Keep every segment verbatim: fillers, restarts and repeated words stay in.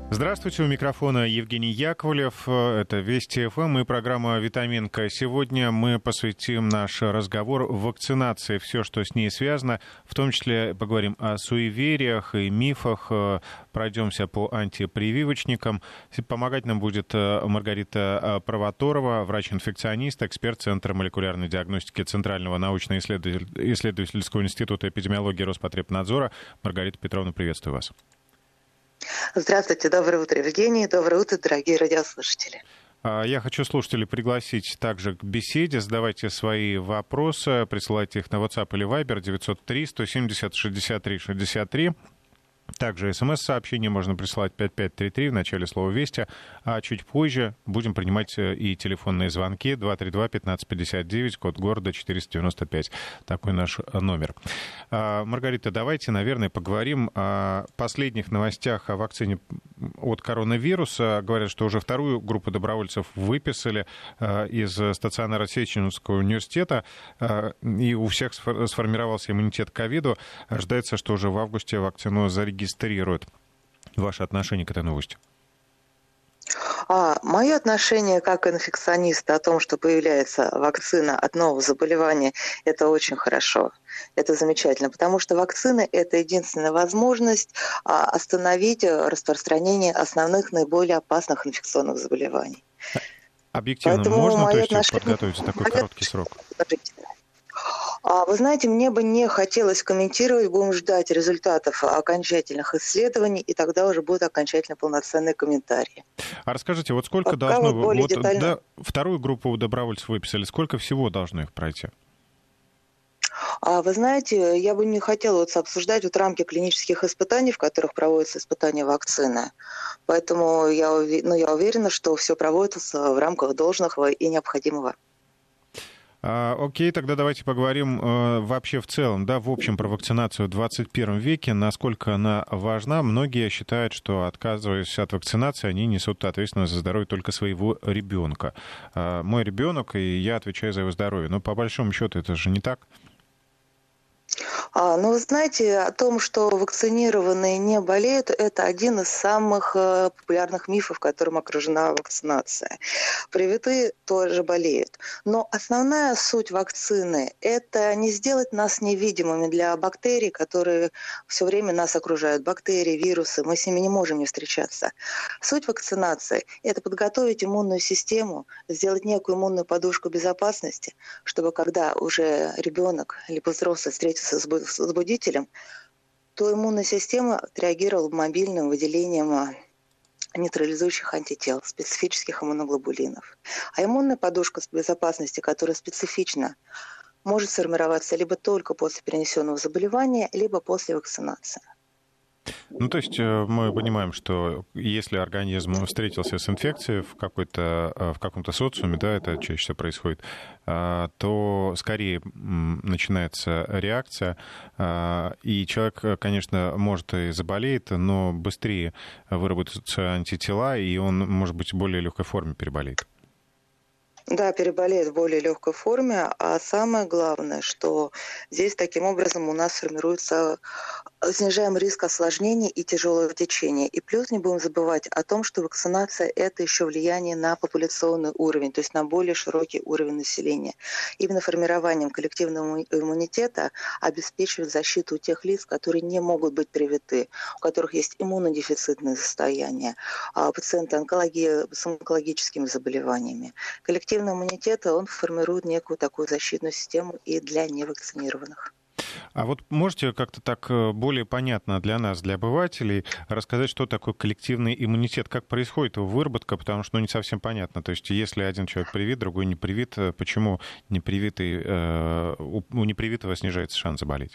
Здравствуйте, у микрофона Евгений Яковлев. Это Вести ФМ и программа «Витаминка». Сегодня мы посвятим наш разговор вакцинации, все, что с ней связано. В том числе поговорим о суевериях и мифах, пройдемся по антипрививочникам. Помогать нам будет Маргарита Провоторова, врач-инфекционист, эксперт Центра молекулярной диагностики Центрального научно-исследовательского института эпидемиологии Роспотребнадзора. Маргарита Петровна, приветствую вас. Здравствуйте, доброе утро, Евгений. Доброе утро, дорогие радиослушатели. Я хочу слушателей пригласить также к беседе. Задавайте свои вопросы, присылайте их на WhatsApp или Viber девятьсот три сто семьдесят шестьдесят три шестьдесят три. Также смс-сообщение можно присылать пять пять три три в начале слова «Вести», а чуть позже будем принимать и телефонные звонки два три два пятнадцать пятьдесят девять, код города четыреста девяносто пять. Такой наш номер. Маргарита, давайте, наверное, поговорим о последних новостях о вакцине от коронавируса. Говорят, что уже вторую группу добровольцев выписали из стационара Сеченовского университета, и у всех сформировался иммунитет к ковиду. Ожидается, что уже в августе вакцину зарегистрируют. регистрирует. Ваше отношение к этой новости? А, мое отношение как инфекциониста о том, что появляется вакцина от нового заболевания, это очень хорошо. Это замечательно, потому что вакцина – это единственная возможность а, остановить распространение основных наиболее опасных инфекционных заболеваний. Объективно Поэтому можно, то есть, отношение... подготовить за такой короткий срок? Вы знаете, мне бы не хотелось комментировать, будем ждать результатов окончательных исследований, и тогда уже будут окончательно полноценные комментарии. А расскажите, вот сколько Пока должно... Вот вот, детально... да, вторую группу добровольцев выписали, сколько всего должно их пройти? А вы знаете, я бы не хотела вот обсуждать вот рамки клинических испытаний, в которых проводятся испытания вакцины. Поэтому я, ну, я уверена, что все проводится в рамках должного и необходимого. А, окей, тогда давайте поговорим э, вообще в целом, да, в общем, про вакцинацию в двадцать первом веке, насколько она важна. Многие считают, что, отказываясь от вакцинации, они несут ответственность за здоровье только своего ребенка. А, мой ребенок, и я отвечаю за его здоровье. Но по большому счету это же не так. А, ну, вы знаете, о том, что вакцинированные не болеют, это один из самых э, популярных мифов, которым окружена вакцинация. Привитые тоже болеют. Но основная суть вакцины – это не сделать нас невидимыми для бактерий, которые все время нас окружают. Бактерии, вирусы, мы с ними не можем не встречаться. Суть вакцинации – это подготовить иммунную систему, сделать некую иммунную подушку безопасности, чтобы когда уже ребенок либо взрослый встретится с возбудителем, то иммунная система отреагировала мобильным выделением нейтрализующих антител, специфических иммуноглобулинов. А иммунная подушка безопасности, которая специфична, может сформироваться либо только после перенесенного заболевания, либо после вакцинации. Ну, то есть мы понимаем, что если организм встретился с инфекцией в, какой-то, в каком-то социуме, да, это чаще всего происходит, то скорее начинается реакция, и человек, конечно, может и заболеет, но быстрее выработаются антитела, и он, может быть, в более легкой форме переболеет. Да, переболеет в более легкой форме, а самое главное, что здесь таким образом у нас формируется, снижаем риск осложнений и тяжелого течения. И плюс не будем забывать о том, что вакцинация – это еще влияние на популяционный уровень, то есть на более широкий уровень населения. Именно формированием коллективного иммунитета обеспечивает защиту тех лиц, которые не могут быть привиты, у которых есть иммунодефицитные состояния, пациенты онкологии, с онкологическими заболеваниями. Коллективный иммунитет, он формирует некую такую защитную систему и для невакцинированных. А вот можете как-то так более понятно для нас, для обывателей, рассказать, что такое коллективный иммунитет, как происходит его выработка, потому что ну, не совсем понятно. То есть если один человек привит, другой не привит, почему непривитый, у непривитого снижается шанс заболеть?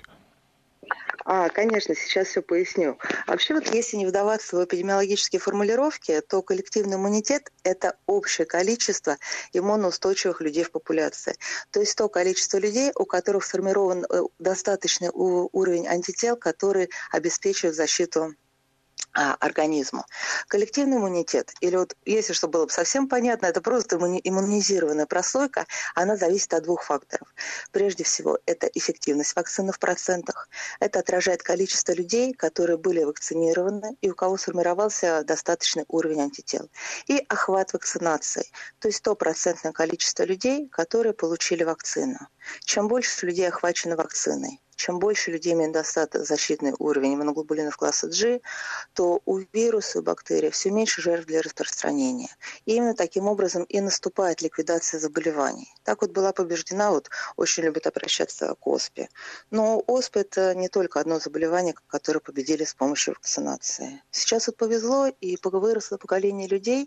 А, конечно, сейчас все поясню. Вообще, вот если не вдаваться в эпидемиологические формулировки, то коллективный иммунитет – это общее количество иммуноустойчивых людей в популяции. То есть то количество людей, у которых сформирован достаточный уровень антител, который обеспечивает защиту организму. Коллективный иммунитет, или вот, если чтобы было бы совсем понятно, это просто иммунизированная прослойка, она зависит от двух факторов. Прежде всего, это эффективность вакцины в процентах. Это отражает количество людей, которые были вакцинированы и у кого сформировался достаточный уровень антител. И охват вакцинации, то есть стопроцентное количество людей, которые получили вакцину. Чем больше людей охвачено вакциной, чем больше людей имеет достаточно защитный уровень иммуноглобулинов класса G, то у вируса и бактерий все меньше жертв для распространения. И именно таким образом и наступает ликвидация заболеваний. Так вот была побеждена, вот очень любят обращаться к оспе. Но оспа – это не только одно заболевание, которое победили с помощью вакцинации. Сейчас вот повезло, и выросло поколение людей,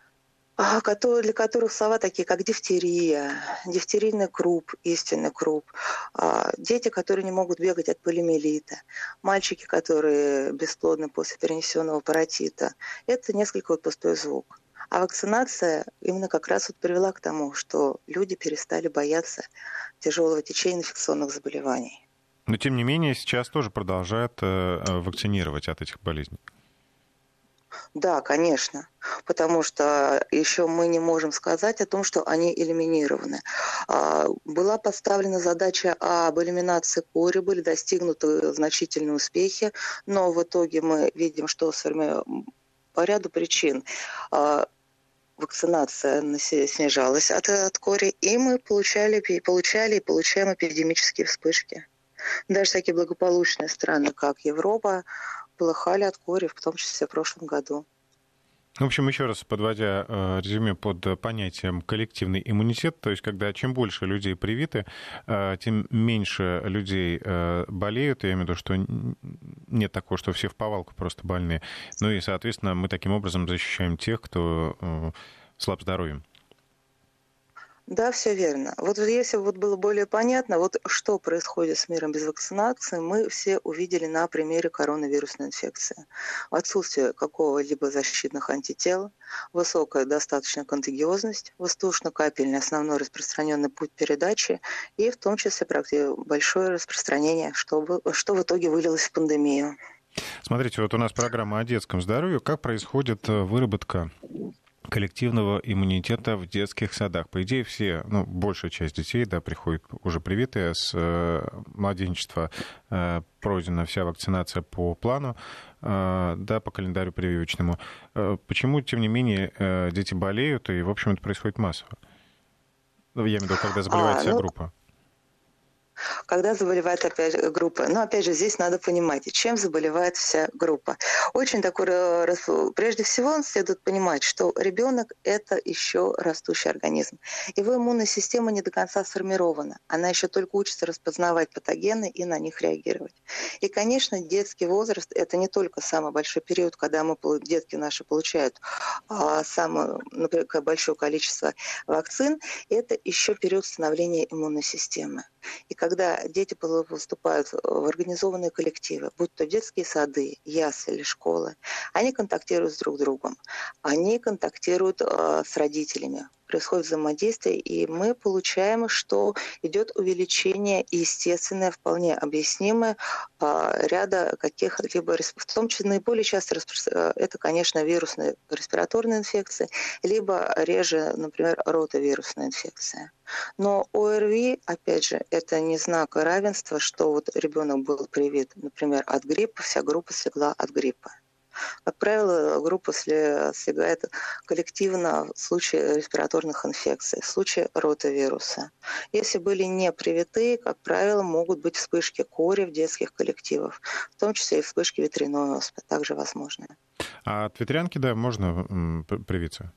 для которых слова такие, как дифтерия, дифтерийный круп, истинный круп, дети, которые не могут бегать от полиомиелита, мальчики, которые бесплодны после перенесенного паротита. Это несколько вот пустой звук. А вакцинация именно как раз вот привела к тому, что люди перестали бояться тяжелого течения инфекционных заболеваний. Но, тем не менее, сейчас тоже продолжают вакцинировать от этих болезней. Да, конечно, потому что еще мы не можем сказать о том, что они элиминированы. Была поставлена задача об элиминации кори, были достигнуты значительные успехи, но в итоге мы видим, что по ряду причин вакцинация снижалась от, от кори, и мы получали, получали и получаем эпидемические вспышки. Даже такие благополучные страны, как Европа, полыхали от кори, в том числе в прошлом году. В общем, еще раз подводя э, резюме под понятием коллективный иммунитет, то есть когда чем больше людей привиты, э, тем меньше людей э, болеют. Я имею в виду, что нет такого, что все в повалку просто больные. Ну и, соответственно, мы таким образом защищаем тех, кто э, слаб здоровьем. Да, все верно. Вот если вот было более понятно, вот что происходит с миром без вакцинации, мы все увидели на примере коронавирусной инфекции. Отсутствие какого-либо защитных антител, высокая достаточно контагиозность, воздушно-капельный основной распространенный путь передачи и в том числе большое распространение, что, что в итоге вылилось в пандемию. Смотрите, вот у нас программа о детском здоровье. Как происходит выработка коллективного иммунитета в детских садах? По идее, все, ну, большая часть детей, да, приходят уже привитые с э, младенчества, э, пройдена вся вакцинация по плану, э, да, по календарю прививочному. Э, почему, тем не менее, э, дети болеют, и, в общем, это происходит массово? Я имею в виду, когда заболевает а, вся ну... группа. Когда заболевает опять группа. Но опять же, здесь надо понимать, чем заболевает вся группа. Очень такой, прежде всего, следует понимать, что ребенок – это еще растущий организм. Его иммунная система не до конца сформирована. Она еще только учится распознавать патогены и на них реагировать. И, конечно, детский возраст – это не только самый большой период, когда мы, детки наши получают а, самое, например, большое количество вакцин, это еще период становления иммунной системы. И когда дети поступают в организованные коллективы, будь то детские сады, ясли, школы, они контактируют с друг другом, они контактируют э, с родителями, происходит взаимодействие, и мы получаем, что идет увеличение естественное, вполне объяснимое э, ряда каких-либо, в том числе наиболее часто это, конечно, вирусные респираторные инфекции, либо реже, например, ротавирусная инфекция. Но ОРВИ, опять же, это не знак равенства, что вот ребенок был привит, например, от гриппа, вся группа слегла от гриппа. Как правило, группа слегает коллективно в случае респираторных инфекций, в случае ротавируса. Если были не привиты, как правило, могут быть вспышки кори в детских коллективах, в том числе и вспышки ветряной оспы, также возможны. А от ветрянки, да, можно привиться?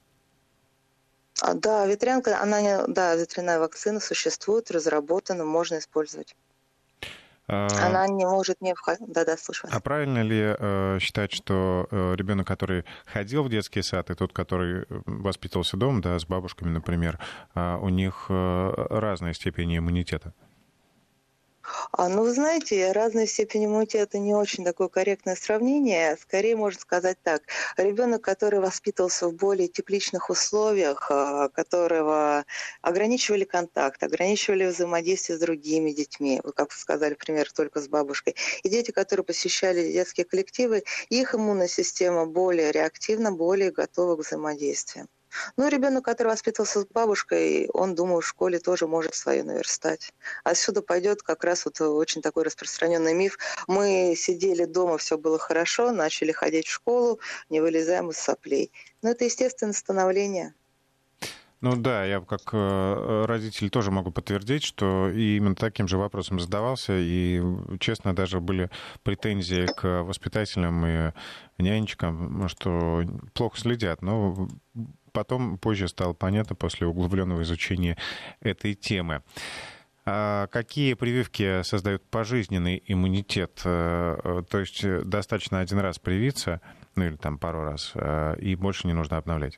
Да, ветрянка, она, да, ветряная вакцина существует, разработана, можно использовать. А... Она не может не входить. Да-да, слушаю. А правильно ли э, считать, что э, ребенок, который ходил в детский сад, и тот, который воспитывался дома, да, с бабушками, например, э, у них э, разная степень иммунитета? А, ну, вы знаете, разная степень иммунитета не очень такое корректное сравнение. Скорее можно сказать так. Ребенок, который воспитывался в более тепличных условиях, а, которого ограничивали контакт, ограничивали взаимодействие с другими детьми, вы как вы сказали, пример только с бабушкой, и дети, которые посещали детские коллективы, их иммунная система более реактивна, более готова к взаимодействию. Ну, ребенок, который воспитывался с бабушкой, он, думаю, в школе тоже может свое наверстать. Отсюда пойдет как раз вот очень такой распространенный миф. Мы сидели дома, все было хорошо, начали ходить в школу, не вылезаем из соплей. Но это естественное становление. Ну да, я как э, родитель тоже могу подтвердить, что и именно таким же вопросом задавался, и, честно, даже были претензии к воспитателям и нянечкам, что плохо следят. Но потом, позже стало понятно, после углубленного изучения этой темы. А какие прививки создают пожизненный иммунитет? То есть достаточно один раз привиться, ну или там пару раз, и больше не нужно обновлять?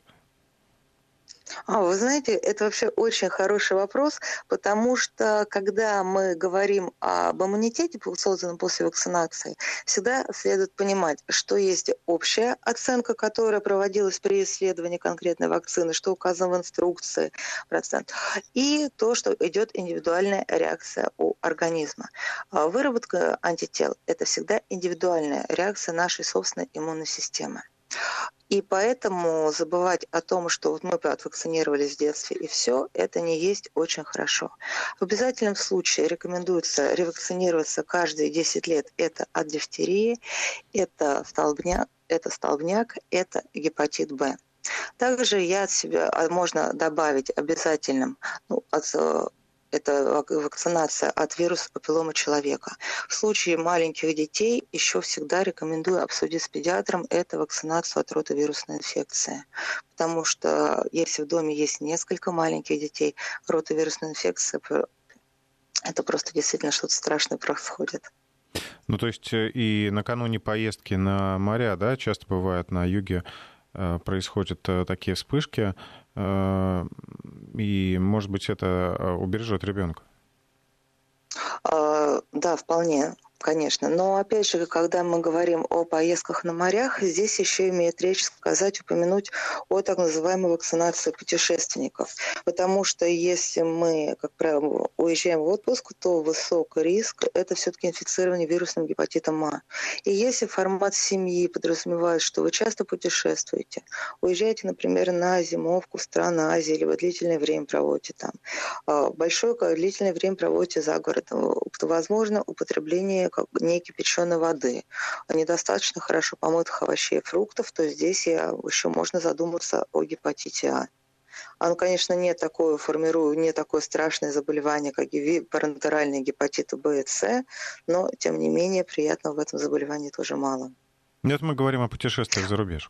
А, вы знаете, это вообще очень хороший вопрос, потому что когда мы говорим об иммунитете, созданном после вакцинации, всегда следует понимать, что есть общая оценка, которая проводилась при исследовании конкретной вакцины, что указано в инструкции, процент, и то, что идет индивидуальная реакция у организма. А выработка антител– это всегда индивидуальная реакция нашей собственной иммунной системы. И поэтому забывать о том, что вот мы отвакцинировались в детстве и все, это не есть очень хорошо. В обязательном случае рекомендуется ревакцинироваться каждые десять лет. Это от дифтерии, это столбняк, это столбняк, это гепатит Б. Также я от себя а, можно добавить обязательным ну, от это вакцинация от вируса папиллома человека. В случае маленьких детей еще всегда рекомендую обсудить с педиатром эту вакцинацию от ротавирусной инфекции. Потому что если в доме есть несколько маленьких детей, ротавирусная инфекция – это просто действительно что-то страшное происходит. Ну, то есть и накануне поездки на моря, да, часто бывает на юге, происходят такие вспышки, и, может быть, это убережет ребенка? Да, вполне. Конечно. Но опять же, когда мы говорим о поездках на морях, здесь еще имеет речь сказать, упомянуть о так называемой вакцинации путешественников. Потому что если мы, как правило, уезжаем в отпуск, то высокий риск– это все-таки инфицирование вирусным гепатитом А. И если формат семьи подразумевает, что вы часто путешествуете, уезжаете, например, на зимовку в страны Азии, или вы длительное время проводите там, большое длительное время проводите за городом, то возможно употребление как некипяченой воды, недостаточно хорошо помытых овощей и фруктов, то здесь я, еще можно задуматься о гепатите А. Оно, конечно, не такое формирует, не такое страшное заболевание, как и парентеральные гепатиты Б и С, но, тем не менее, приятного в этом заболевании тоже мало. Нет, мы говорим о путешествиях за рубеж.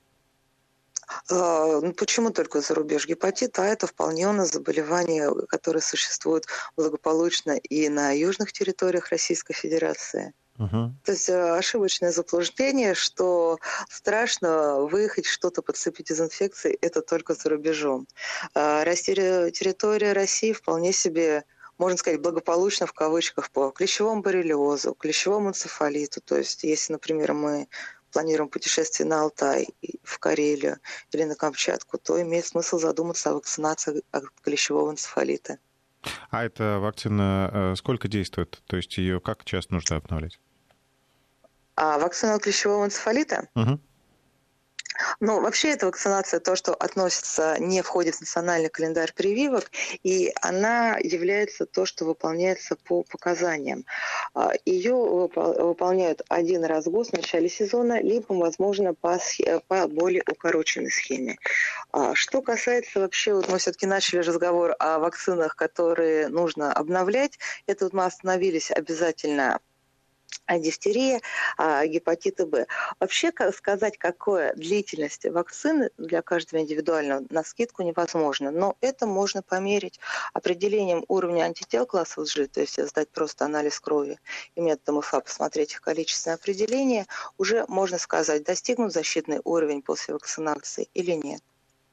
Ну, почему только за рубеж? Гепатит А – это вполне у нас заболевание, которое существует благополучно и на южных территориях Российской Федерации. Uh-huh. То есть ошибочное заблуждение, что страшно выехать, что-то подцепить из инфекции – это только за рубежом. Территория России вполне себе, можно сказать, благополучно в кавычках по клещевому боррелиозу, клещевому энцефалиту. То есть если, например, мы планируем путешествие на Алтай, в Карелию или на Камчатку, то имеет смысл задуматься о вакцинации от клещевого энцефалита. А эта вакцина сколько действует? То есть ее как часто нужно обновлять? А вакцина от клещевого энцефалита? Угу. Ну, вообще эта вакцинация, то, что относится, не входит в национальный календарь прививок, и она является то, что выполняется по показаниям. Ее выполняют один раз в год в начале сезона, либо, возможно, по, по более укороченной схеме. Что касается вообще, вот мы все-таки начали разговор о вакцинах, которые нужно обновлять. Это вот мы остановились обязательно а дифтерия, а гепатита Б. Вообще сказать, какая длительность вакцины для каждого индивидуально навскидку невозможно, но это можно померить определением уровня антител класса G, то есть сдать просто анализ крови и методом ИФА посмотреть их количественное определение, уже можно сказать, достигнут защитный уровень после вакцинации или нет.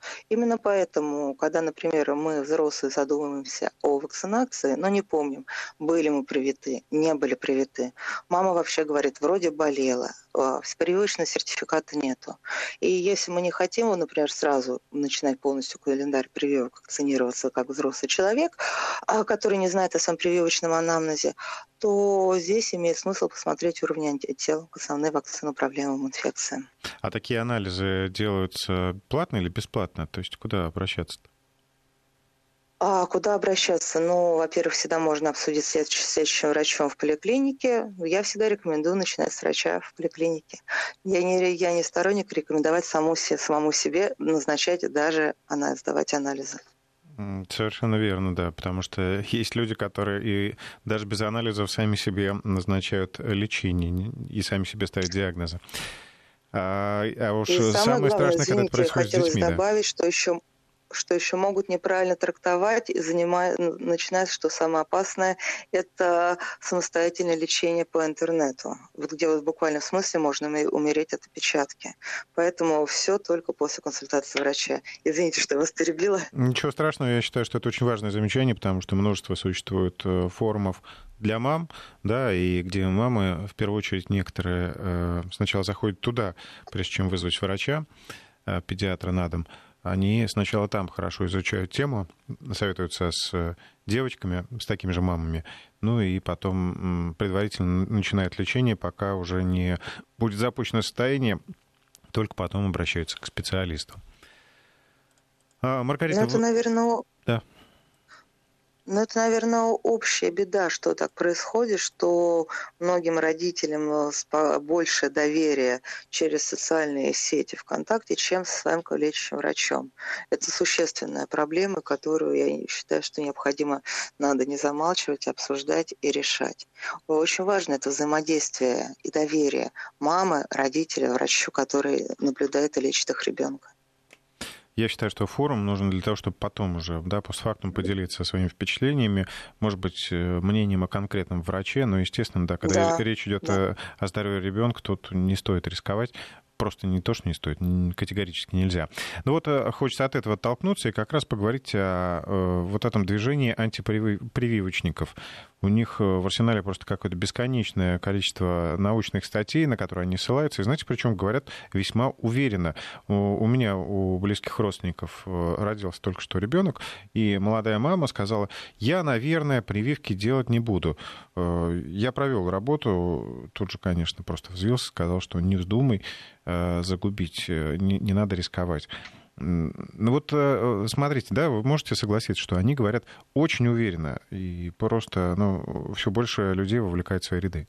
Именно поэтому, когда, например, мы, взрослые, задумываемся о вакцинации, но не помним, были мы привиты, не были привиты, мама вообще говорит, вроде болела, а, прививочного сертификата нету. И если мы не хотим, например, сразу начинать полностью календарь прививок, вакцинироваться как взрослый человек, а, который не знает о своем прививочном анамнезе, то здесь имеет смысл посмотреть уровень антител к основным вакциноуправляемым инфекциям. А такие анализы делаются платно или бесплатно? То есть куда обращаться-то? А куда обращаться? Ну, во-первых, всегда можно обсудить с следующим врачом в поликлинике. Я всегда рекомендую начинать с врача в поликлинике. Я не, я не сторонник рекомендовать саму, самому себе назначать даже анализ, сдавать анализы. Совершенно верно, да, потому что есть люди, которые и даже без анализов сами себе назначают лечение и сами себе ставят диагнозы. А, а уж и самое, самое главное, страшное, когда это извините, происходит с хотелось детьми, добавить, да. что еще что еще могут неправильно трактовать и занимать, начинается, что самое опасное, это самостоятельное лечение по интернету, вот где вот в буквальном смысле можно умереть от опечатки. Поэтому все только после консультации врача. Извините, что я вас перебила. Ничего страшного, я считаю, что это очень важное замечание, потому что множество существует форумов для мам, да, и где мамы, в первую очередь, некоторые сначала заходят туда, прежде чем вызвать врача, педиатра на дом. Они сначала там хорошо изучают тему, советуются с девочками, с такими же мамами, ну и потом предварительно начинают лечение, пока уже не будет запущено состояние, только потом обращаются к специалисту. А, Маргарита, ну, это, вы... наверное... Да. Ну, это, наверное, общая беда, что так происходит, что многим родителям больше доверия через социальные сети ВКонтакте, чем со своим лечащим врачом. Это существенная проблема, которую, я считаю, что необходимо, надо не замалчивать, обсуждать и решать. Очень важно это взаимодействие и доверие мамы, родителя, врачу, который наблюдает и лечит их ребенка. Я считаю, что форум нужен для того, чтобы потом уже, да, постфактум поделиться своими впечатлениями, может быть, мнением о конкретном враче, но, естественно, да, когда да, речь идет да. о, о здоровье ребенка, тут не стоит рисковать. Просто не то, что не стоит, категорически нельзя. Но вот хочется от этого оттолкнуться и как раз поговорить о, о вот этом движении антипрививочников. У них в арсенале просто какое-то бесконечное количество научных статей, на которые они ссылаются. И знаете, причем говорят весьма уверенно. У, у меня, у близких родственников родился только что ребенок, и молодая мама сказала, я, наверное, прививки делать не буду. Я провел работу, тут же, конечно, просто взвился, сказал, что не вздумай загубить, не, не надо рисковать. Ну вот смотрите, да, вы можете согласиться, что они говорят очень уверенно, и просто ну, все больше людей вовлекают в свои ряды.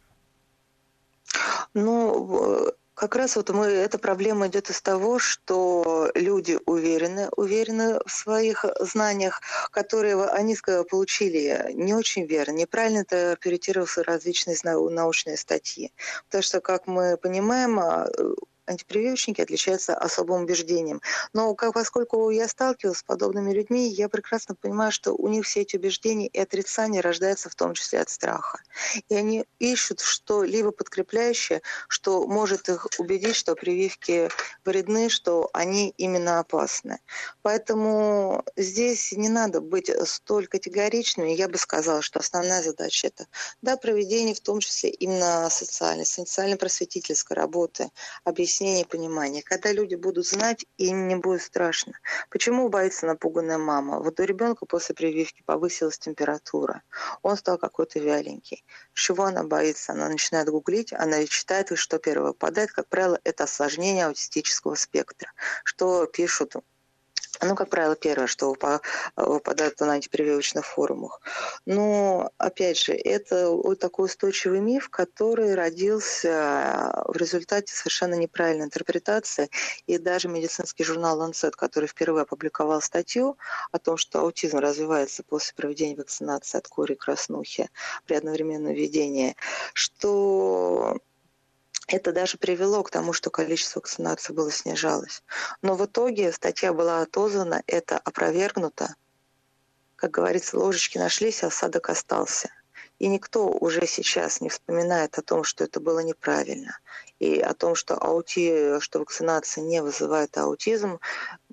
Ну, как раз вот мы, эта проблема идет из того, что люди уверены, уверены в своих знаниях, которые они получили не очень верно, неправильно интерпретировали различные научные статьи. Потому что, как мы понимаем, антипрививочники отличаются особым убеждением. Но как, поскольку я сталкивалась с подобными людьми, я прекрасно понимаю, что у них все эти убеждения и отрицания рождаются в том числе от страха. И они ищут что-либо подкрепляющее, что может их убедить, что прививки вредны, что они именно опасны. Поэтому здесь не надо быть столь категоричными. Я бы сказала, что основная задача это да, проведение в том числе именно социальной, социально-просветительской работы, объяснение и понимание. Когда люди будут знать, им не будет страшно. Почему боится напуганная мама? Вот у ребенка после прививки повысилась температура. Он стал какой-то вяленький. Чего она боится? Она начинает гуглить, она читает, и что первое выпадает. Как правило, это осложнение аутистического спектра. Что пишут... Ну, как правило, первое, что выпадает на антипрививочных форумах. Но, опять же, это вот такой устойчивый миф, который родился в результате совершенно неправильной интерпретации. И даже медицинский журнал «Ланцет», который впервые опубликовал статью о том, что аутизм развивается после проведения вакцинации от кори и краснухи при одновременном введении, что... Это даже привело к тому, что количество вакцинаций было снижалось. Но в итоге статья была отозвана, это опровергнуто. Как говорится, ложечки нашлись, а осадок остался. И никто уже сейчас не вспоминает о том, что это было неправильно. И о том, что, аути... что вакцинация не вызывает аутизм.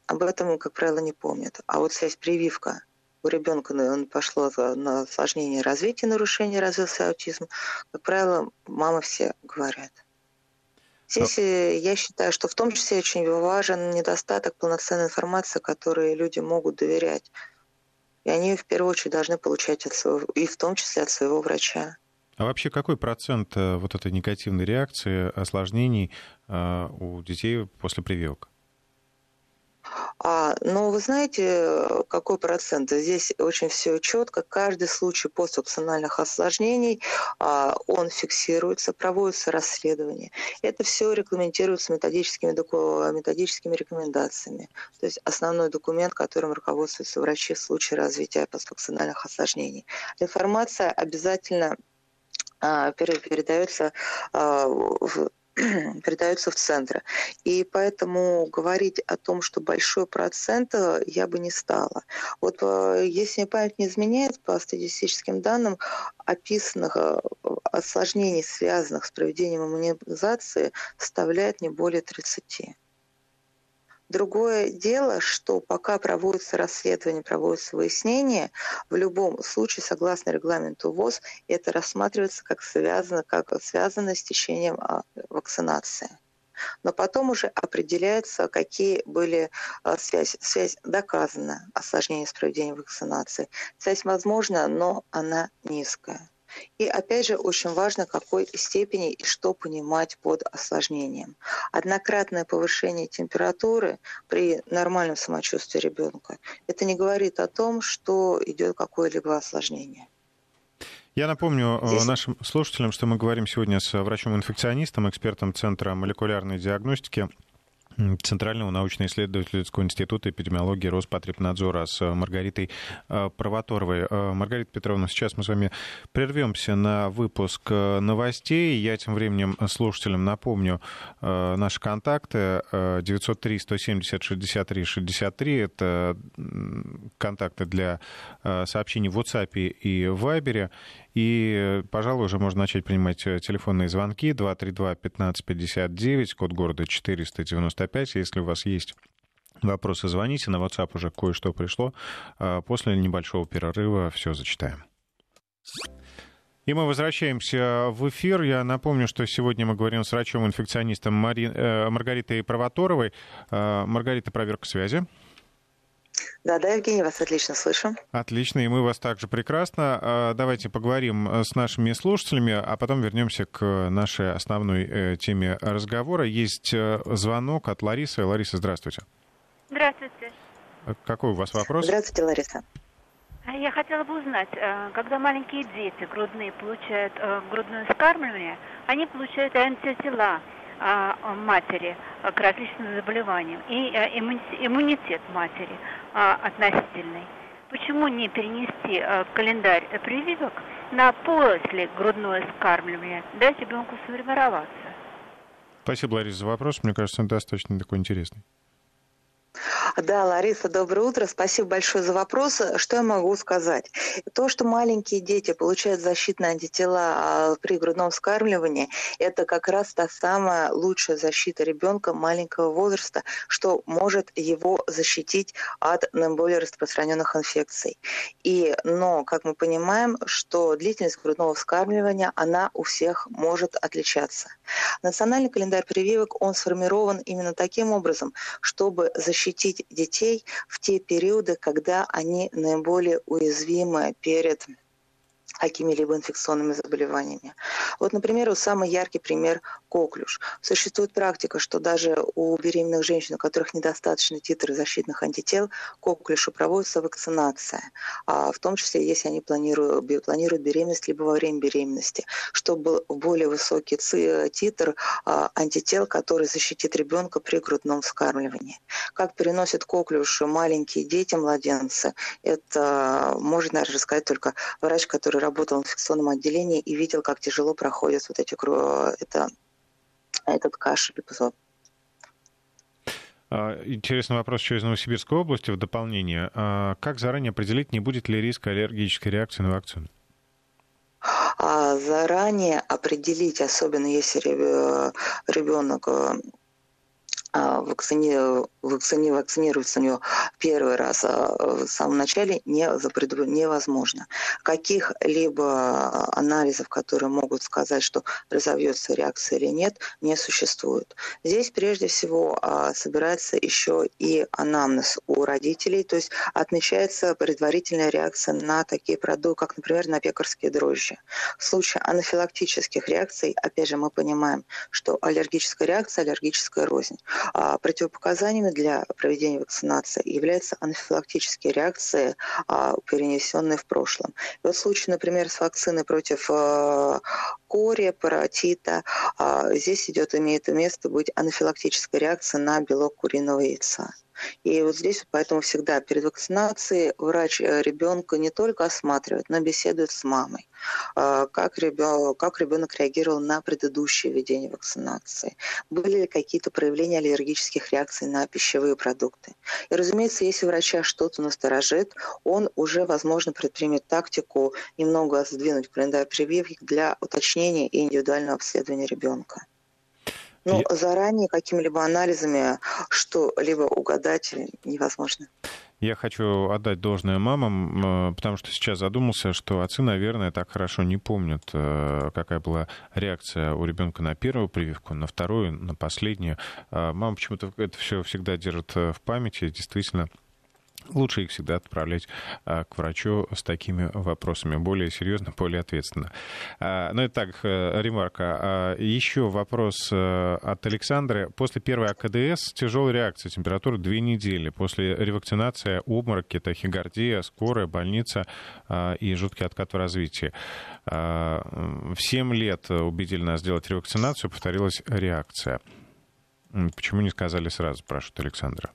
об этом, как правило, не помнят. А вот связь прививка у ребенка пошло на осложнение развития, нарушение, развился аутизм, как правило, мамы все говорят. Здесь я считаю, что в том числе очень важен недостаток полноценной информации, которой люди могут доверять. И они в первую очередь должны получать от своего, и в том числе от своего врача. А вообще какой процент вот этой негативной реакции, осложнений у детей после прививок? А, ну, вы знаете, какой процент? Здесь очень все четко. Каждый случай поствакцинальных осложнений, а, он фиксируется, проводится расследование. Это все регламентируется методическими, доку- методическими рекомендациями. То есть основной документ, которым руководствуются врачи в случае развития поствакцинальных осложнений. Информация обязательно а, передается а, в передаются в центры. И поэтому говорить о том, что большой процент, я бы не стала. Вот если мне память не изменяет, по статистическим данным, описанных осложнений, связанных с проведением иммунизации, составляет не более тридцати. Другое дело, что пока проводится расследование, проводится выяснение, в любом случае, согласно регламенту ВОЗ, это рассматривается как связано, как связано с течением вакцинации. Но потом уже определяется, какие были связи. Связь доказана, осложнение с проведением вакцинации. Связь возможна, но она низкая. И опять же очень важно, какой степени и что понимать под осложнением. Однократное повышение температуры при нормальном самочувствии ребенка – это не говорит о том, что идет какое-либо осложнение. Я напомню Здесь... нашим слушателям, что мы говорим сегодня с врачом-инфекционистом, экспертом Центра молекулярной диагностики Центрального научно-исследовательского института эпидемиологии Роспотребнадзора с Маргаритой Провоторовой. Маргарита Петровна, сейчас мы с вами прервемся на выпуск новостей. Я тем временем слушателям напомню наши контакты. девятьсот три сто семьдесят шестьдесят три шестьдесят три. Это контакты для сообщений в WhatsApp и Viber. И, пожалуй, уже можно начать принимать телефонные звонки. два три два пятнадцать пятьдесят девять, код города четыреста девяносто пять. Если у вас есть вопросы, звоните. На WhatsApp уже кое-что пришло. После небольшого перерыва все зачитаем. И мы возвращаемся в эфир. Я напомню, что сегодня мы говорим с врачом-инфекционистом Мари... Маргаритой Провоторовой. Маргарита, проверка связи. Да, да, Евгений, вас отлично слышу. Отлично, и мы вас также прекрасно. Давайте поговорим с нашими слушателями, а потом вернемся к нашей основной теме разговора. Есть звонок от Ларисы. Лариса, здравствуйте. Здравствуйте. Какой у вас вопрос? Здравствуйте, Лариса. Я хотела бы узнать, когда маленькие дети грудные получают грудное вскармливание, они получают антитела матери к различным заболеваниям и иммунитет матери относительный. Почему не перенести календарь прививок на после грудное вскармливание, дать ребенку сформироваться? Спасибо, Лариса, за вопрос. Мне кажется, он достаточно такой интересный. Да, Лариса, доброе утро. Спасибо большое за вопрос. Что я могу сказать? То, что маленькие дети получают защитные антитела при грудном вскармливании, это как раз та самая лучшая защита ребенка маленького возраста, что может его защитить от наиболее распространенных инфекций. И, но, как мы понимаем, что длительность грудного вскармливания, она у всех может отличаться. Национальный календарь прививок, он сформирован именно таким образом, чтобы защитить детей в те периоды, когда они наиболее уязвимы перед какими-либо инфекционными заболеваниями. Вот, например, самый яркий пример – коклюш. Существует практика, что даже у беременных женщин, у которых недостаточно титры защитных антител, коклюшу проводится вакцинация, а в том числе, если они планируют, планируют беременность либо во время беременности, чтобы был более высокий титр антител, который защитит ребенка при грудном вскармливании. Как переносят коклюш маленькие дети, младенцы, это может, наверное, рассказать только врач, который работал в инфекционном отделении и видел, как тяжело проходят вот эти, это, этот кашель. Интересный вопрос еще из Новосибирской области в дополнение. Как заранее определить, не будет ли риска аллергической реакции на вакцину? Заранее определить, особенно если ребенок вакцини... Вакцини... вакцинируется у нее первый раз в самом начале не невозможно. Каких-либо анализов, которые могут сказать, что разовьется реакция или нет, не существует. Здесь прежде всего собирается еще и анамнез у родителей, то есть отмечается предварительная реакция на такие продукты, как, например, на пекарские дрожжи. В случае анафилактических реакций, опять же, мы понимаем, что аллергическая реакция, аллергическая рознь. А противопоказаниями для проведения вакцинации являются анафилактические реакции, а, перенесенные в прошлом. И вот в случае, например, с вакциной против а, кори, паротита, а, здесь идет, имеет место быть анафилактическая реакция на белок куриного яйца. И вот здесь поэтому всегда перед вакцинацией врач ребенка не только осматривает, но беседует с мамой, как ребенок, как ребенок реагировал на предыдущее введение вакцинации, были ли какие-то проявления аллергических реакций на пищевые продукты. И, разумеется, если врача что-то насторожит, он уже, возможно, предпримет тактику немного сдвинуть календарь прививок для уточнения и индивидуального обследования ребенка. Ну, Я... заранее какими-либо анализами что-либо угадать невозможно. Я хочу отдать должное мамам, потому что сейчас задумался, что отцы, наверное, так хорошо не помнят, какая была реакция у ребенка на первую прививку, на вторую, на последнюю. Мама почему-то это все всегда держит в памяти, действительно. Лучше их всегда отправлять а, к врачу с такими вопросами, более серьезно, более ответственно. А, ну и так, ремарка. А, еще вопрос от Александры. После первой АКДС тяжелая реакция, температура две недели. После ревакцинации обмороки, тахикардия, скорая, больница а, и жуткий откат в развитии. А, в семь лет убедили нас сделать ревакцинацию, повторилась реакция. Почему не сказали сразу, спрашивает Александра?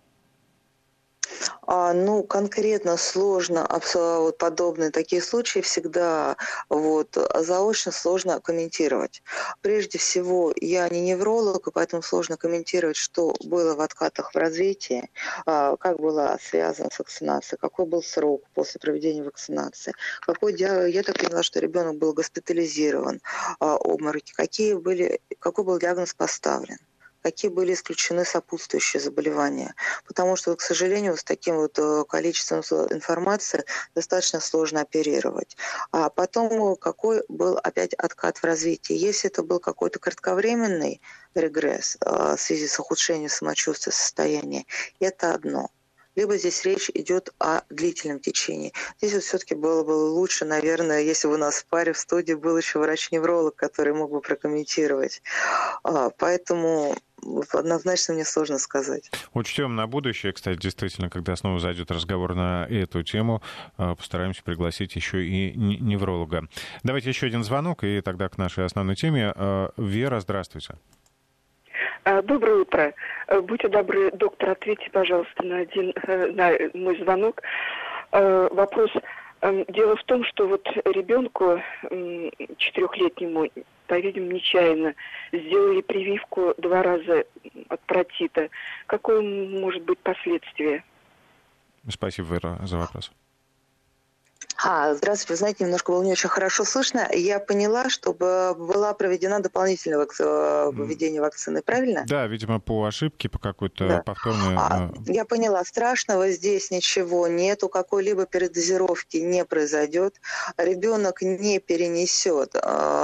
А, ну, конкретно сложно, вот подобные такие случаи всегда вот, заочно сложно комментировать. Прежде всего, я не невролог, и поэтому сложно комментировать, что было в откатах в развитии, а, как была связана с вакцинацией, какой был срок после проведения вакцинации, какой диагноз, я так поняла, что ребенок был госпитализирован, а, обмороки, какие были, какой был диагноз поставлен. Какие были исключены сопутствующие заболевания. Потому что, к сожалению, с таким вот количеством информации достаточно сложно оперировать. А потом, какой был опять откат в развитии. Если это был какой-то кратковременный регресс в связи с ухудшением самочувствия, состояния, это одно. Либо здесь речь идет о длительном течении. Здесь вот все-таки было бы лучше, наверное, если бы у нас в паре в студии был еще врач-невролог, который мог бы прокомментировать. Поэтому однозначно мне сложно сказать. Учтем на будущее. Кстати, действительно, когда снова зайдет разговор на эту тему, постараемся пригласить еще и невролога. Давайте еще один звонок, и тогда к нашей основной теме. Вера, здравствуйте. Доброе утро. Будьте добры, доктор, ответьте, пожалуйста, на один на мой звонок. Вопрос. Дело в том, что вот ребенку четырехлетнему, по-видимому, нечаянно сделали прививку два раза от паротита. Какое может быть последствие? Спасибо, Вера, за вопрос. А, здравствуйте, вы знаете, немножко было не очень хорошо слышно. Я поняла, чтобы была проведена дополнительное вакци... введение вакцины, правильно? Да, видимо, по ошибке, по какой-то да. повторной... А, я поняла, страшного здесь ничего нету, какой-либо передозировки не произойдет. Ребенок не перенесет,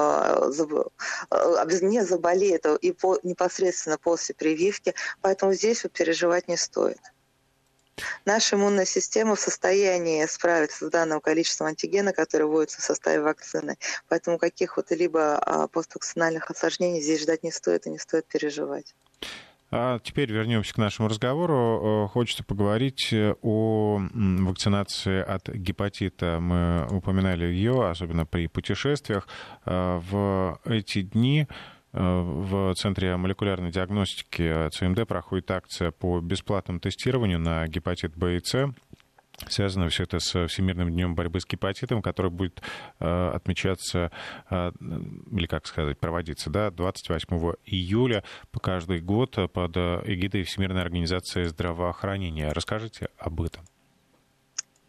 не заболеет и по... непосредственно после прививки, поэтому здесь вот переживать не стоит. Наша иммунная система в состоянии справиться с данным количеством антигена, который вводится в составе вакцины. Поэтому каких вот либо поствакцинальных осложнений здесь ждать не стоит и не стоит переживать. А теперь вернемся к нашему разговору. Хочется поговорить о вакцинации от гепатита. Мы упоминали ее, особенно при путешествиях. В эти дни в Центре молекулярной диагностики ЦМД проходит акция по бесплатному тестированию на гепатит Б и С. Связано все это с Всемирным днем борьбы с гепатитом, который будет отмечаться, или, как сказать, проводиться, да, двадцать восьмого июля по каждый год под эгидой Всемирной организации здравоохранения. Расскажите об этом.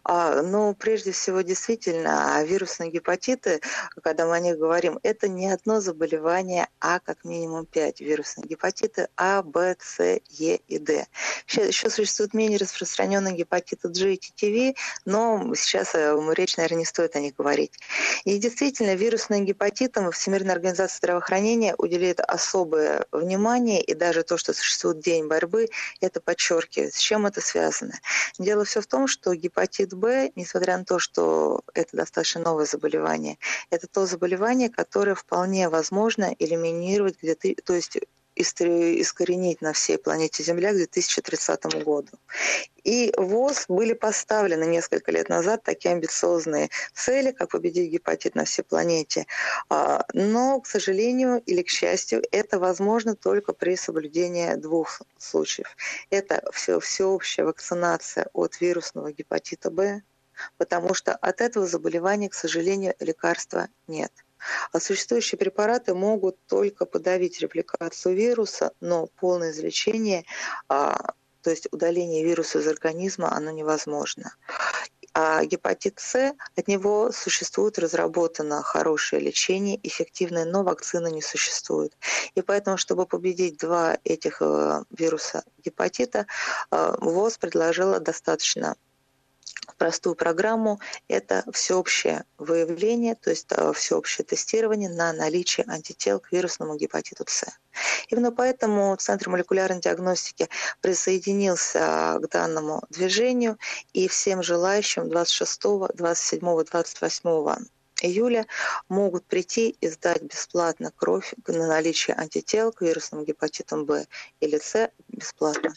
А, ну, прежде всего, действительно, вирусные гепатиты, когда мы о них говорим, это не одно заболевание, а как минимум пять вирусных гепатиты А, Б, С, Е и Д. Сейчас еще существует менее распространенные гепатиты G и Т Т В, но сейчас речь, наверное, не стоит о них говорить. И действительно, вирусным гепатитам Всемирная организация здравоохранения уделяет особое внимание, и даже то, что существует день борьбы, это подчеркивает. С чем это связано? Дело все в том, что гепатит Б, несмотря на то, что это достаточно новое заболевание, это то заболевание, которое вполне возможно элиминировать где-то, то есть искоренить на всей планете Земля к две тысячи тридцатому году. И ВОЗ были поставлены несколько лет назад такие амбициозные цели, как победить гепатит на всей планете. Но, к сожалению или к счастью, это возможно только при соблюдении двух случаев. Это все, всеобщая вакцинация от вирусного гепатита Б, потому что от этого заболевания, к сожалению, лекарства нет. А существующие препараты могут только подавить репликацию вируса, но полное излечение, а, то есть удаление вируса из организма, оно невозможно. А гепатит С, от него существует разработано хорошее лечение, эффективное, но вакцины не существует. И поэтому, чтобы победить два этих вируса гепатита, ВОЗ предложила достаточно простую программу. Это всеобщее выявление, то есть всеобщее тестирование на наличие антител к вирусному гепатиту С. Именно поэтому Центр молекулярной диагностики присоединился к данному движению, и всем желающим двадцать шестого, двадцать седьмого, двадцать восьмого июля могут прийти и сдать бесплатно кровь на наличие антител к вирусному гепатитам Б или С бесплатно.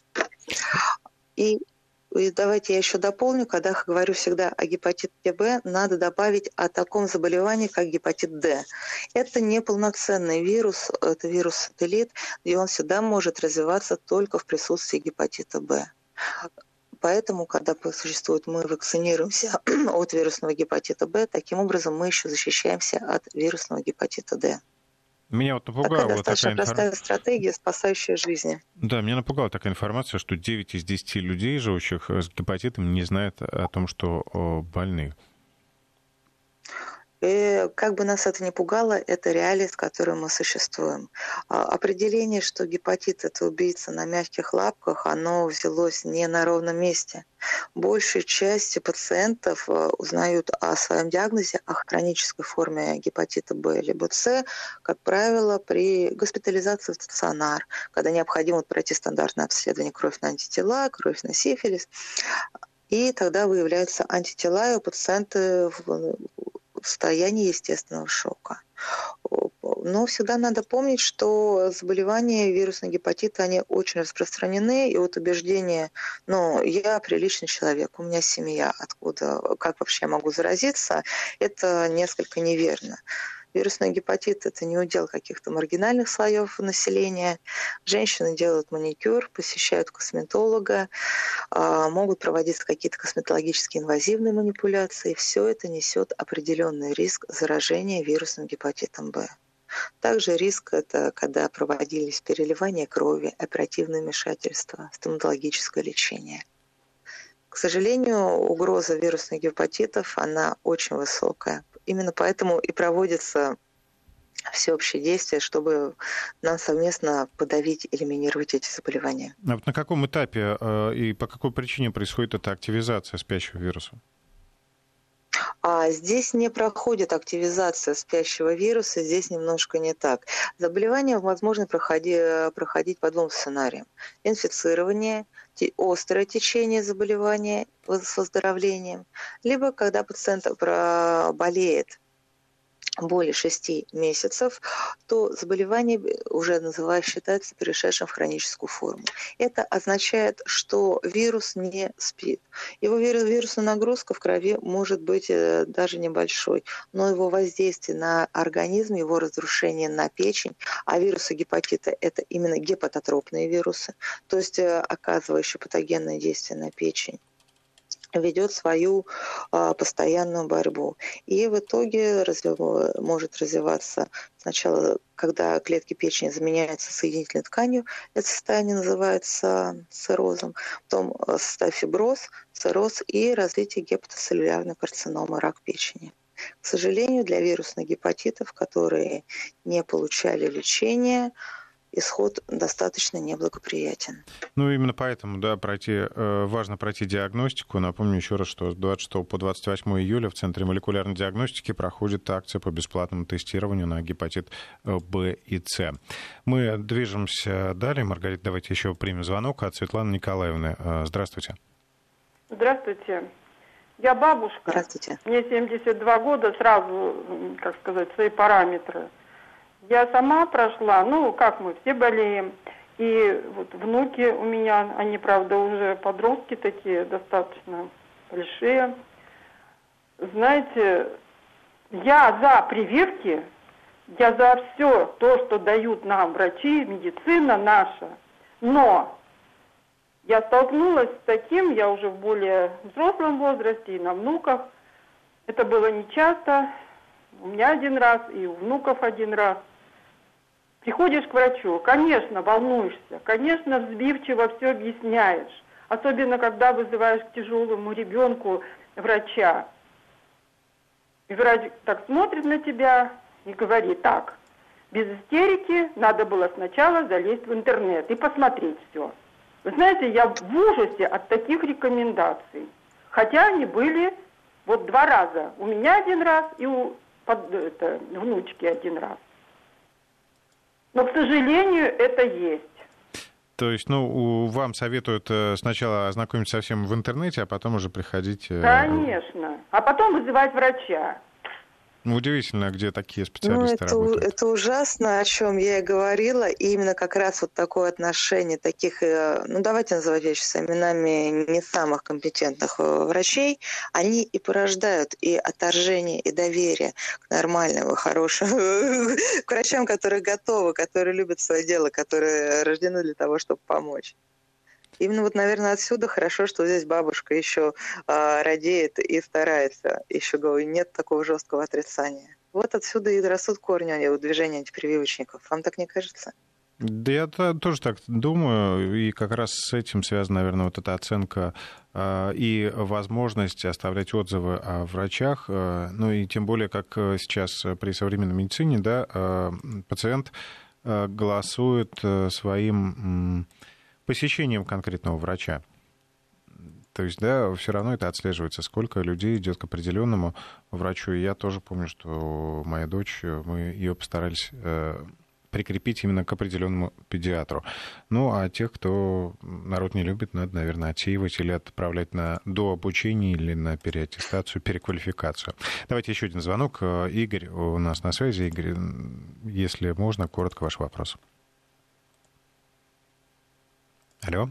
И И давайте я еще дополню, когда говорю всегда о гепатите Б, надо добавить о таком заболевании, как гепатит Д. Это неполноценный вирус, это вирус-сателлит, и он всегда может развиваться только в присутствии гепатита Б. Поэтому, когда существует, мы вакцинируемся от вирусного гепатита Б, таким образом мы еще защищаемся от вирусного гепатита Д. Меня вот напугала такая вот такая информация. Простая стратегия, спасающая жизни. Да, меня напугала такая информация, что девять из десяти людей, живущих с гепатитом, не знают о том, что больны. И как бы нас это ни пугало, это реалии, с которыми мы существуем. Определение, что гепатит – это убийца на мягких лапках, оно взялось не на ровном месте. Большей частью пациентов узнают о своем диагнозе, о хронической форме гепатита Б либо С, как правило, при госпитализации в стационар, когда необходимо пройти стандартное обследование кровь на антитела, кровь на сифилис, и тогда выявляются антитела, и у пациента в в состоянии естественного шока. Но всегда надо помнить, что заболевания вирусного гепатита, они очень распространены, и вот убеждение, ну, я приличный человек, у меня семья, откуда, как вообще я могу заразиться, это несколько неверно. Вирусный гепатит – это не удел каких-то маргинальных слоев населения. Женщины делают маникюр, посещают косметолога, могут проводиться какие-то косметологические инвазивные манипуляции. Все это несет определенный риск заражения вирусным гепатитом Б. Также риск – это когда проводились переливания крови, оперативное вмешательство, стоматологическое лечение. К сожалению, угроза вирусных гепатитов, она очень высокая. Именно поэтому и проводятся всеобщие действия, чтобы нам совместно подавить, элиминировать эти заболевания. А вот на каком этапе э, и по какой причине происходит эта активизация спящего вируса? А здесь не проходит активизация спящего вируса, здесь немножко не так. Заболевание возможно проходи, проходить по двум сценариям. Инфицирование, острое течение заболевания с выздоровлением, либо когда пациент болеет более шести месяцев, то заболевание уже называют, считается перешедшим в хроническую форму. Это означает, что вирус не спит. Его вирусная нагрузка в крови может быть даже небольшой, но его воздействие на организм, его разрушение на печень, а вирусы гепатита – это именно гепатотропные вирусы, то есть оказывающие патогенное действие на печень, ведет свою а, постоянную борьбу. И в итоге развив... может развиваться сначала, когда клетки печени заменяются соединительной тканью, это состояние называется циррозом, потом состояние фиброз, цирроз и развитие гепатоцеллюлярной карциномы, рак печени. К сожалению, для вирусных гепатитов, которые не получали лечения, исход достаточно неблагоприятен. Ну, именно поэтому, да, пройти, э, важно пройти диагностику. Напомню еще раз, что с двадцать шестого по двадцать восьмое июля в Центре молекулярной диагностики проходит акция по бесплатному тестированию на гепатит Б и С. Мы движемся далее. Маргарита, давайте еще примем звонок от Светланы Николаевны. Здравствуйте. Здравствуйте. Я бабушка. Здравствуйте. Мне семьдесят два года, сразу, как сказать, свои параметры. Я сама прошла, ну, как мы, все болеем. И вот внуки у меня, они, правда, уже подростки такие, достаточно большие. Знаете, я за прививки, я за все то, что дают нам врачи, медицина наша. Но я столкнулась с таким, я уже в более взрослом возрасте и на внуках. Это было нечасто. У меня один раз и у внуков один раз. Приходишь к врачу, конечно, волнуешься, конечно, взбивчиво все объясняешь. Особенно, когда вызываешь к тяжелому ребенку врача. И врач так смотрит на тебя и говорит: так, без истерики, надо было сначала залезть в интернет и посмотреть все. Вы знаете, я в ужасе от таких рекомендаций. Хотя они были вот два раза. У меня один раз и у под, это, внучки один раз. Но, к сожалению, это есть. То есть, ну, вам советуют сначала ознакомиться со всем в интернете, а потом уже приходить... Конечно. А потом вызывать врача. Ну, удивительно, где такие специалисты ну, это, работают. Это ужасно, о чем я и говорила. И именно как раз вот такое отношение таких, ну давайте называть вещи с именами не самых компетентных врачей, они и порождают и отторжение, и доверие к нормальным, хорошим, к врачам, которые готовы, которые любят свое дело, которые рождены для того, чтобы помочь. Именно вот, наверное, отсюда хорошо, что здесь бабушка еще э, радеет и старается. Еще, говорю, нет такого жесткого отрицания. Вот отсюда и растут корни у движения антипрививочников. Вам так не кажется? Да я тоже так думаю, и как раз с этим связана, наверное, вот эта оценка э, и возможность оставлять отзывы о врачах, э, ну и тем более, как сейчас при современной медицине, да, э, пациент э, голосует э, своим... Э, посещением конкретного врача. То есть, да, все равно это отслеживается, сколько людей идет к определенному врачу. И я тоже помню, что моя дочь, мы ее постарались э, прикрепить именно к определенному педиатру. Ну, а тех, кто народ не любит, надо, наверное, отсеивать или отправлять на дообучение или на переаттестацию, переквалификацию. Давайте еще один звонок. Игорь у нас на связи. Игорь, если можно, коротко ваш вопрос. Алло.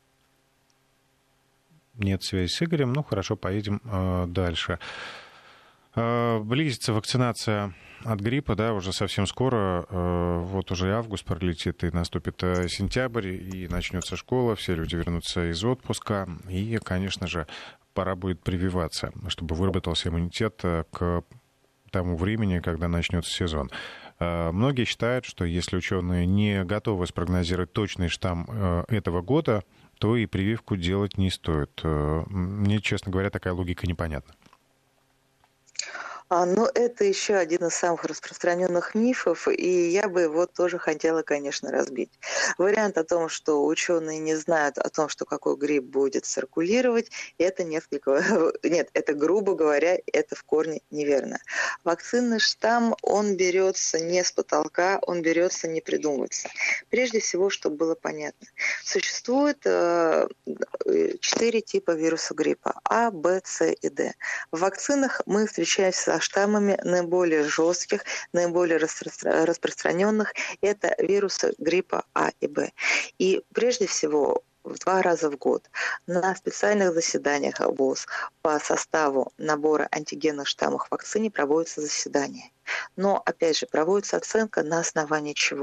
Нет связи с Игорем. Ну, хорошо, поедем э, дальше. Э, близится вакцинация от гриппа, да, уже совсем скоро. Э, вот уже и август пролетит, и наступит э, сентябрь, и начнется школа, все люди вернутся из отпуска. И, конечно же, пора будет прививаться, чтобы выработался иммунитет к тому времени, когда начнется сезон. Многие считают, что если ученые не готовы спрогнозировать точный штамм этого года, то и прививку делать не стоит. Мне, честно говоря, такая логика непонятна. Но это еще один из самых распространенных мифов, и я бы его тоже хотела, конечно, разбить. Вариант о том, что ученые не знают о том, что какой грипп будет циркулировать, это несколько... Нет, это, грубо говоря, это в корне неверно. Вакцинный штамм, он берется не с потолка, он берется, не придумывается. Прежде всего, чтобы было понятно. Существует четыре типа вируса гриппа: А, Б, С и Д. В вакцинах мы встречаемся штаммами наиболее жестких, наиболее распро- распространенных – это вирусы гриппа А и Б. И прежде всего в два раза в год на специальных заседаниях ВОЗ по составу набора антигенных штаммов в вакцине проводятся заседания. Но, опять же, проводится оценка на основании чего?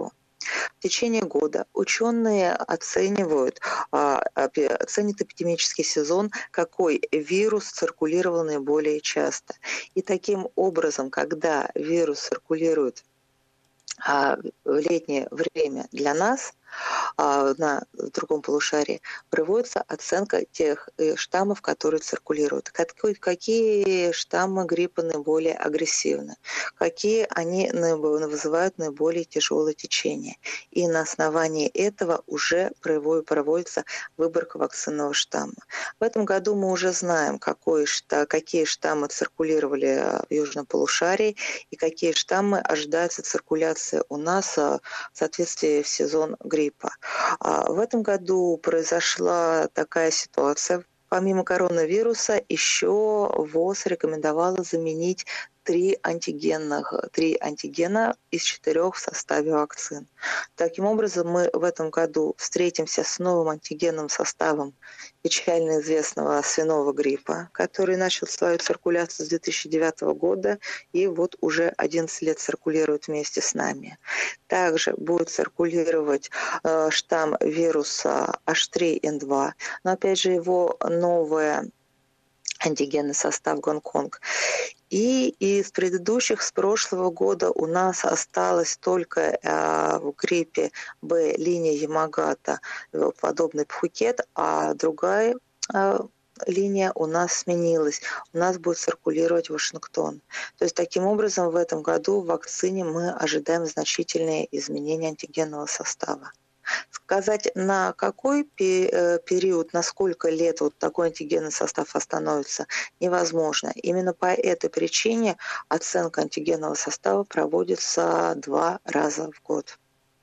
В течение года ученые оценивают, оценят эпидемический сезон, какой вирус циркулировал наиболее часто. И таким образом, когда вирус циркулирует в летнее время для нас, на другом полушарии, проводится оценка тех штаммов, которые циркулируют. Какие штаммы гриппа наиболее агрессивны, какие они вызывают наиболее тяжелое течение. И на основании этого уже проводится выборка вакцинного штамма. В этом году мы уже знаем, какой, какие штаммы циркулировали в южном полушарии и какие штаммы ожидается циркуляция у нас в соответствии в сезон гриппа. В этом году произошла такая ситуация. Помимо коронавируса, еще ВОЗ рекомендовала заменить три антигенных, три антигена из четырех в составе вакцин. Таким образом, мы в этом году встретимся с новым антигенным составом печально известного свиного гриппа, который начал свою циркуляцию с две тысячи девятого года и вот уже одиннадцать лет циркулирует вместе с нами. Также будет циркулировать э, штамм вируса эйч три эн два, но опять же его новое антигенный состав Гонконг. И из предыдущих, с прошлого года у нас осталась только э, в гриппе Б линия Ямагата, подобный Пхукет, а другая э, линия у нас сменилась. У нас будет циркулировать Вашингтон. То есть таким образом в этом году в вакцине мы ожидаем значительные изменения антигенного состава. Сказать, на какой период, на сколько лет вот такой антигенный состав остановится, невозможно. Именно по этой причине оценка антигенного состава проводится два раза в год.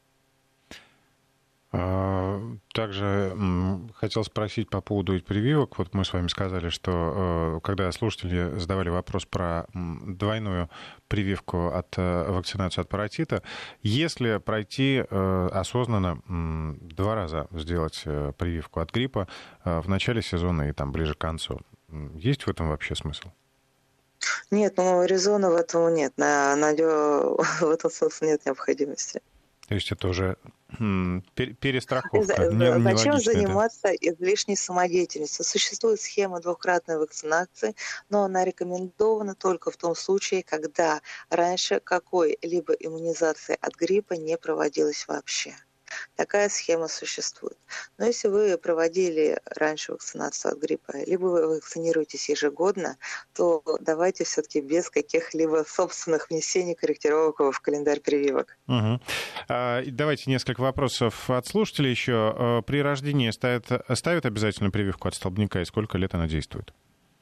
Также хотел спросить по поводу прививок. Вот мы с вами сказали, что когда слушатели задавали вопрос про двойную прививку от вакцинации от паротита, если пройти осознанно два раза сделать прививку от гриппа в начале сезона и там ближе к концу, есть в этом вообще смысл? Нет, ну резона в этом нет. На, на, в этом смысле нет необходимости. То есть это уже перестраховка. Зачем заниматься да? излишней самодеятельностью? Существует схема двухкратной вакцинации, но она рекомендована только в том случае, когда раньше какой-либо иммунизации от гриппа не проводилась вообще. Такая схема существует. Но если вы проводили раньше вакцинацию от гриппа, либо вы вакцинируетесь ежегодно, то давайте все-таки без каких-либо собственных внесений корректировок в календарь прививок. Угу. А, давайте несколько вопросов от слушателей еще. При рождении ставят, ставят обязательно прививку от столбняка, и сколько лет она действует?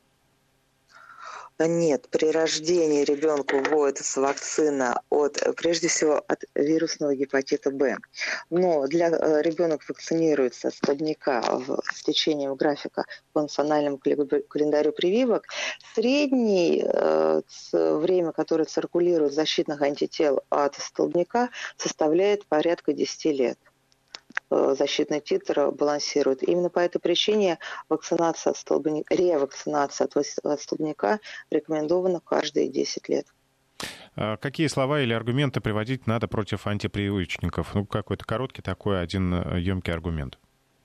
Нет, при рождении ребенку вводится вакцина от, прежде всего, от вирусного гепатита Б. Но для ребенок вакцинируется от столбняка в, в течение графика по национальному календарю прививок. Среднее э, время, которое циркулирует защитных антител от столбняка, составляет порядка десять лет. Защитный титр балансирует. Именно по этой причине вакцинация от столбняка, ревакцинация от, от столбняка рекомендована каждые десять лет. Какие слова или аргументы приводить надо против антипрививочников? Ну, какой-то короткий такой один емкий аргумент.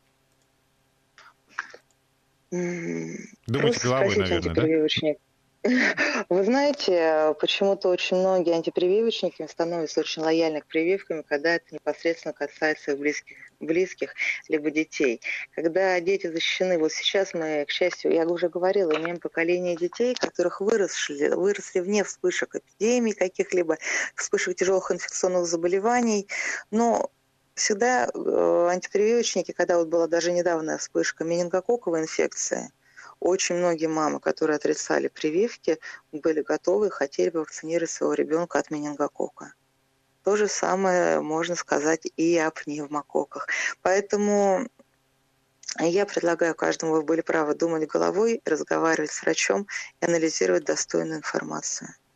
Думайте головой, наверное, да? Вы знаете, почему-то очень многие антипрививочники становятся очень лояльны к прививкам, когда это непосредственно касается их близких, близких либо детей. Когда дети защищены, вот сейчас мы, к счастью, я уже говорила, имеем поколение детей, которых выросли, выросли вне вспышек эпидемий каких-либо, вспышек тяжелых инфекционных заболеваний, но всегда э, антипрививочники, когда вот была даже недавняя вспышка менингококковой инфекции, очень многие мамы, которые отрицали прививки, были готовы и хотели бы вакцинировать своего ребенка от менингококка. То же самое можно сказать и о пневмококках. Поэтому я предлагаю каждому, вы были правы, думать головой, разговаривать с врачом и анализировать достойную информацию.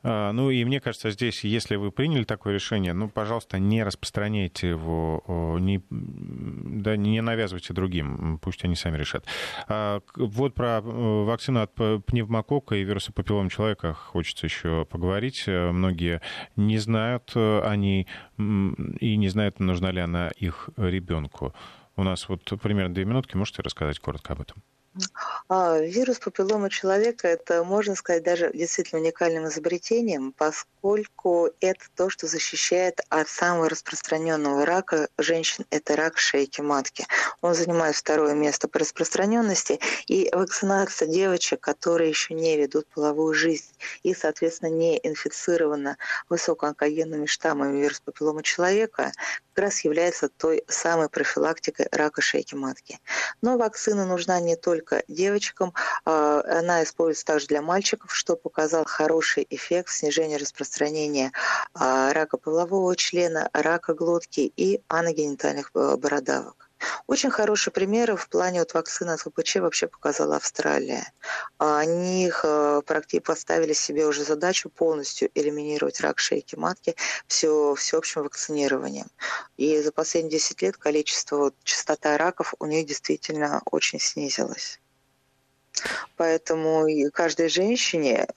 Ну и мне кажется, здесь, если вы приняли такое решение, ну, пожалуйста, не распространяйте его, не, да, не навязывайте другим, пусть они сами решат. Вот про вакцину от пневмококка и вируса папиллома человека хочется еще поговорить. Многие не знают о ней и не знают, нужна ли она их ребенку. У нас вот примерно две минутки, можете рассказать коротко об этом? А, вирус папиллома человека – это, можно сказать, даже действительно уникальным изобретением, поскольку это то, что защищает от самого распространенного рака женщин – это рак шейки матки. Он занимает второе место по распространенности, и вакцинация девочек, которые еще не ведут половую жизнь и, соответственно, не инфицированы высокоонкогенными штаммами вируса папиллома человека, как раз является той самой профилактикой рака шейки матки. Но вакцина нужна не только девочкам, она используется также для мальчиков, что показал хороший эффект снижения распространения рака полового члена, рака глотки и аногенитальных бородавок. Очень хороший пример в плане вот вакцины от ВПЧ вообще показала Австралия. Они практически поставили себе уже задачу полностью элиминировать рак шейки матки все, всеобщим вакцинированием. И за последние десять лет количество, вот, частота раков у них действительно очень снизилась. Поэтому и каждой женщине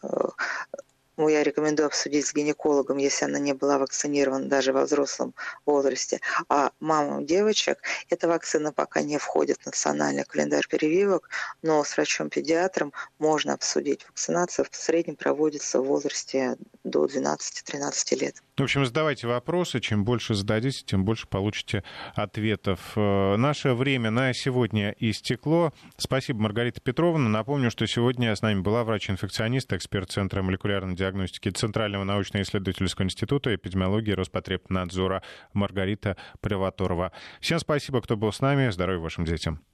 я рекомендую обсудить с гинекологом, если она не была вакцинирована даже во взрослом возрасте. А мамам девочек эта вакцина пока не входит в национальный календарь прививок, но с врачом-педиатром можно обсудить. Вакцинация в среднем проводится в возрасте до двенадцати-тринадцати лет. В общем, задавайте вопросы. Чем больше зададите, тем больше получите ответов. Наше время на сегодня истекло. Спасибо, Маргарита Петровна. Напомню, что сегодня с нами была врач-инфекционист, эксперт Центра молекулярной диагностики Центрального научно-исследовательского института эпидемиологии Роспотребнадзора Маргарита Приваторова. Всем спасибо, кто был с нами. Здоровья вашим детям.